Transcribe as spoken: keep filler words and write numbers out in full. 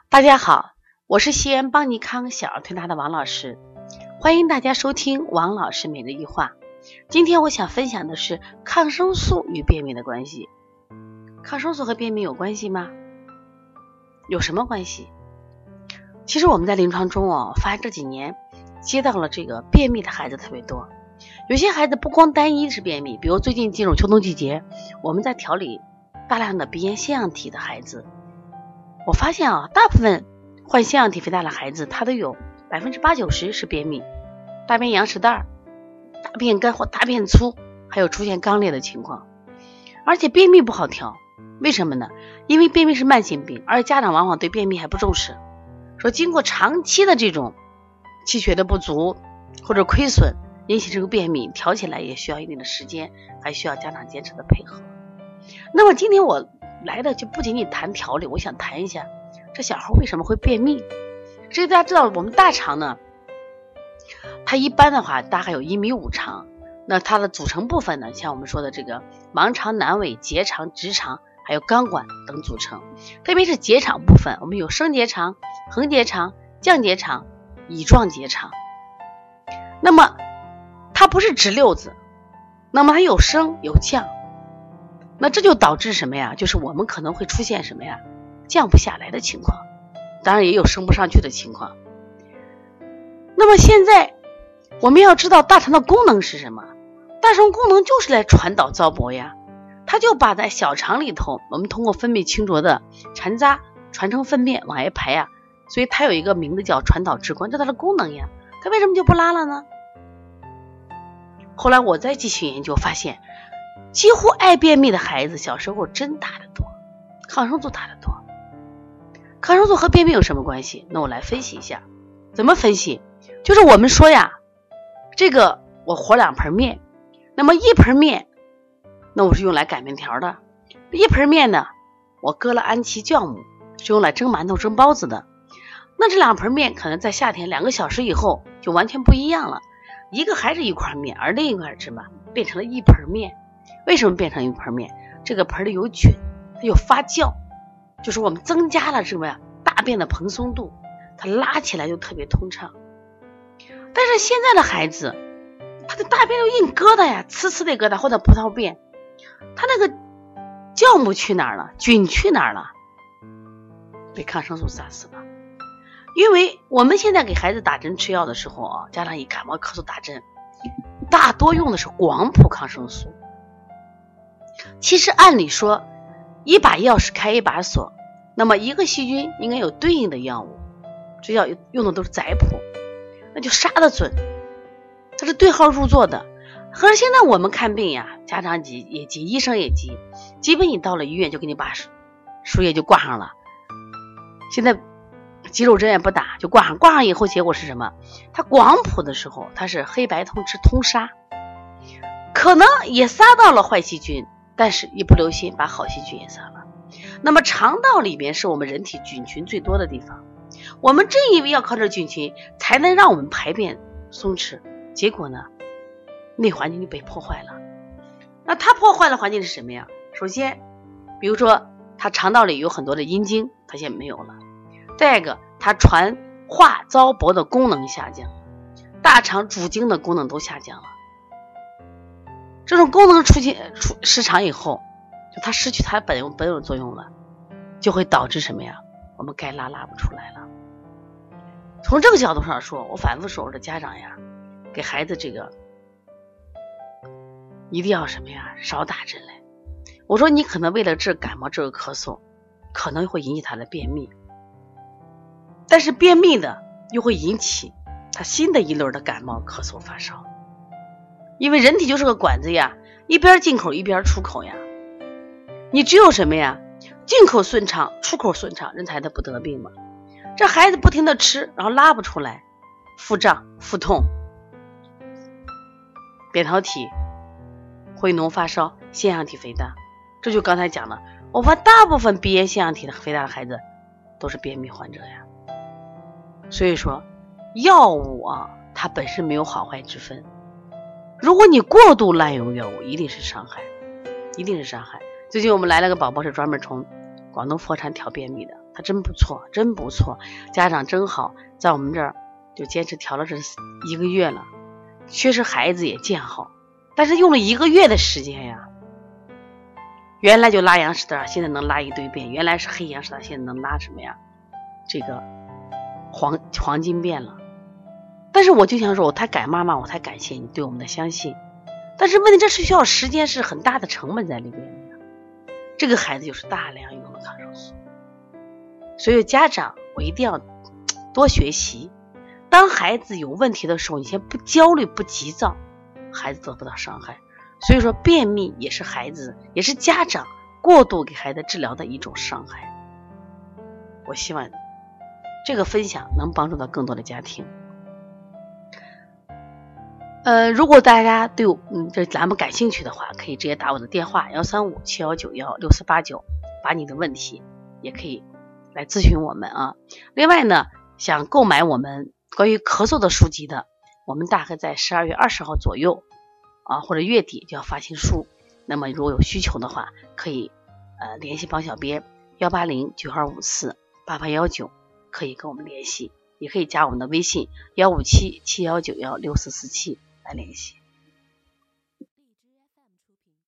大家好，我是西安邦尼康小儿推拿的王老师，欢迎大家收听王老师每日一话。今天我想分享的是抗生素与便秘的关系。抗生素和便秘有关系吗？有什么关系？其实我们在临床中哦，发现这几年接到了这个便秘的孩子特别多。有些孩子不光单一是便秘，比如最近进入秋冬季节，我们在调理大量的鼻炎腺样体的孩子，我发现啊，大部分患腺样体肥大的孩子，他都有百分之八九十是便秘，大便羊屎蛋、大便干或大便粗，还有出现肛裂的情况。而且便秘不好调，为什么呢？因为便秘是慢性病，而家长往往对便秘还不重视，说经过长期的这种气血的不足或者亏损，引起这个便秘，调起来也需要一定的时间，还需要家长坚持的配合。那么今天我来的就不仅仅谈调理，我想谈一下这小孩为什么会便秘。所以大家知道我们大肠呢，它一般的话大概有一米五长，那它的组成部分呢，像我们说的这个盲肠、囊尾、结肠、直肠还有肛管等组成。特别是结肠部分，我们有升结肠、横结肠、降结肠、乙状结肠。那么它不是直溜子，那么它有升有降，那这就导致什么呀？就是我们可能会出现什么呀？降不下来的情况，当然也有升不上去的情况。那么现在我们要知道大肠的功能是什么？大肠功能就是来传导糟粕呀，它就把在小肠里头，我们通过分泌清浊的残渣传成粪便往外排呀，所以它有一个名字叫传导之官，这它的功能呀。它为什么就不拉了呢？后来我再继续研究发现，几乎爱便秘的孩子小时候真打得多，抗生素打得多。抗生素和便秘有什么关系？那我来分析一下。怎么分析？就是我们说呀，这个我和两盆面，那么一盆面那我是用来擀面条的，一盆面呢我搁了安琪酵母，是用来蒸馒头蒸包子的。那这两盆面可能在夏天两个小时以后就完全不一样了，一个还是一块面，而另一块什么变成了一盆面。为什么变成一盆面？这个盆里有菌，它有发酵，就是我们增加了什么呀？大便的蓬松度，它拉起来就特别通畅。但是现在的孩子，他的大便就硬疙瘩呀，呲呲的疙瘩或者葡萄便，他那个酵母去哪儿了？菌去哪儿了？被抗生素杀死了。因为我们现在给孩子打针吃药的时候啊，家长一感冒咳嗽打针，大多用的是广谱抗生素。其实按理说，一把钥匙开一把锁，那么一个细菌应该有对应的药物，这药用的都是载谱，那就杀得准，它是对号入座的。可是现在我们看病呀，家长急也急，医生也急，基本你到了医院就给你把输液就挂上了。现在肌肉针也不打就挂上，挂上以后结果是什么？它广谱的时候它是黑白通吃通杀，可能也杀到了坏细菌，但是一不留心把好细菌也杀了。那么肠道里边是我们人体菌群最多的地方，我们正以为要靠这菌群才能让我们排便松弛，结果呢内环境就被破坏了。那它破坏的环境是什么呀？首先比如说它肠道里有很多的阴茎，它现在没有了。再一个，它传化糟粕的功能下降，大肠主经的功能都下降了。这种功能出现出失常以后，就它失去它本有本有作用了，就会导致什么呀？我们该拉拉不出来了。从这个角度上说，我反复说我的家长呀，给孩子这个一定要什么呀？少打针来。我说你可能为了治感冒这个咳嗽，可能会引起他的便秘，但是便秘的又会引起他新的一轮的感冒咳嗽发烧。因为人体就是个管子呀，一边进口一边出口呀，你只有什么呀？进口顺畅，出口顺畅，人才得不得病嘛。这孩子不停的吃，然后拉不出来，腹胀、腹痛、扁桃体、会脓发烧、腺样体肥大，这就刚才讲了，我发大部分鼻炎腺样体的肥大的孩子都是便秘患者呀。所以说药物啊，它本身没有好坏之分，如果你过度滥用药物，一定是伤害，一定是伤害。最近我们来了个宝宝是专门从广东佛山调便秘的， 他真不错，真不错，家长真好，在我们这儿就坚持调了这一个月了，确实孩子也见好，但是用了一个月的时间呀，原来就拉羊屎蛋，现在能拉一堆便，原来是黑羊屎蛋，现在能拉什么呀？这个黄黄金便了。但是我就想说，我太感妈妈，我太感谢你对我们的相信。但是问题，这是需要时间，是很大的成本在里边的。这个孩子就是大量用了抗生素，所以家长我一定要多学习。当孩子有问题的时候，你先不焦虑不急躁，孩子得不到伤害。所以说便秘也是孩子也是家长过度给孩子治疗的一种伤害。我希望这个分享能帮助到更多的家庭。呃，如果大家对嗯这栏目感兴趣的话，可以直接打我的电话幺三五七幺九幺六四八九，把你的问题也可以来咨询我们啊。另外呢，想购买我们关于咳嗽的书籍的，我们大概在十二月二十号左右啊，或者月底就要发行书。那么如果有需求的话，可以呃联系帮小编幺八零九二五四八八幺九，可以跟我们联系，也可以加我们的微信幺五七七幺九幺六四四七来联系。